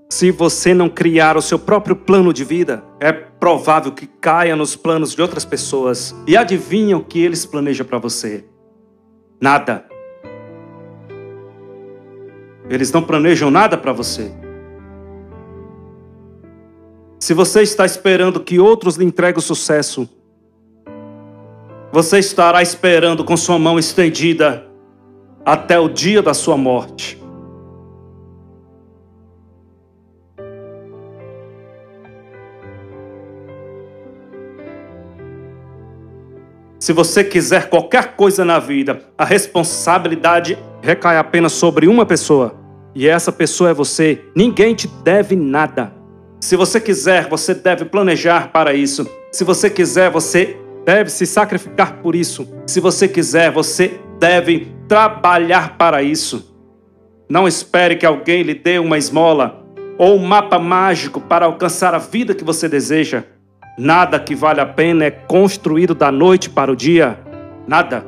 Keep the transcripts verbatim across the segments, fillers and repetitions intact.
Se você não criar o seu próprio plano de vida, é provável que caia nos planos de outras pessoas. E adivinha o que eles planejam para você? Nada. Eles não planejam nada para você. Se você está esperando que outros lhe entreguem o sucesso, você estará esperando com sua mão estendida até o dia da sua morte. Se você quiser qualquer coisa na vida, a responsabilidade recai apenas sobre uma pessoa. E essa pessoa é você. Ninguém te deve nada. Se você quiser, você deve planejar para isso. Se você quiser, você deve se sacrificar por isso. Se você quiser, você deve trabalhar para isso. Não espere que alguém lhe dê uma esmola ou um mapa mágico para alcançar a vida que você deseja. Nada que vale a pena é construído da noite para o dia. Nada.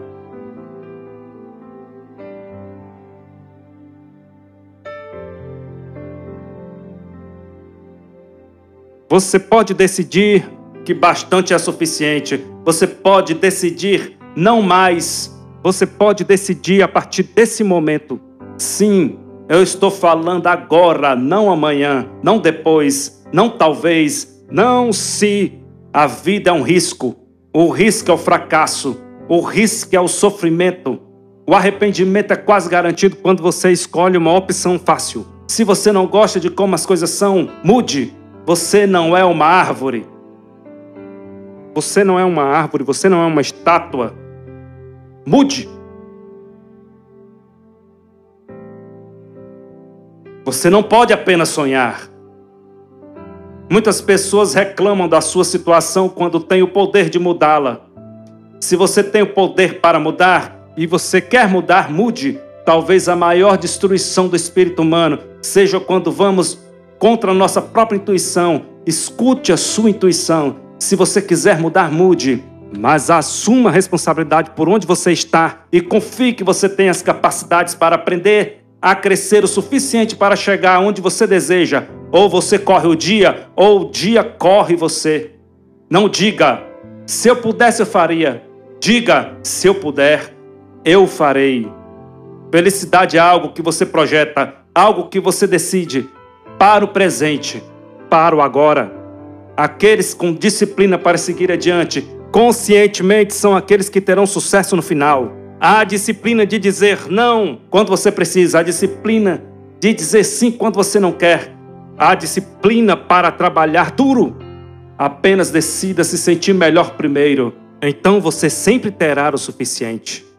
Você pode decidir que bastante é suficiente. Você pode decidir não mais. Você pode decidir a partir desse momento. Sim, eu estou falando agora, não amanhã, não depois, não talvez. Não se. A vida é um risco. O risco é o fracasso. O risco é o sofrimento. O arrependimento é quase garantido quando você escolhe uma opção fácil. Se você não gosta de como as coisas são, mude. Você não é uma árvore. Você não é uma árvore. Você não é uma estátua. Mude. Você não pode apenas sonhar. Muitas pessoas reclamam da sua situação quando têm o poder de mudá-la. Se você tem o poder para mudar e você quer mudar, mude. Talvez a maior destruição do espírito humano seja quando vamos contra a nossa própria intuição. Escute a sua intuição. Se você quiser mudar, mude. Mas assuma a responsabilidade por onde você está e confie que você tem as capacidades para aprender a crescer o suficiente para chegar onde você deseja. Ou você corre o dia, ou o dia corre você. Não diga, se eu pudesse eu faria. Diga, se eu puder, eu farei. Felicidade é algo que você projeta, algo que você decide para o presente, para o agora. Aqueles com disciplina para seguir adiante, conscientemente são aqueles que terão sucesso no final. A disciplina de dizer não quando você precisa, a disciplina de dizer sim quando você não quer. A disciplina para trabalhar duro. Apenas decida se sentir melhor primeiro. Então você sempre terá o suficiente.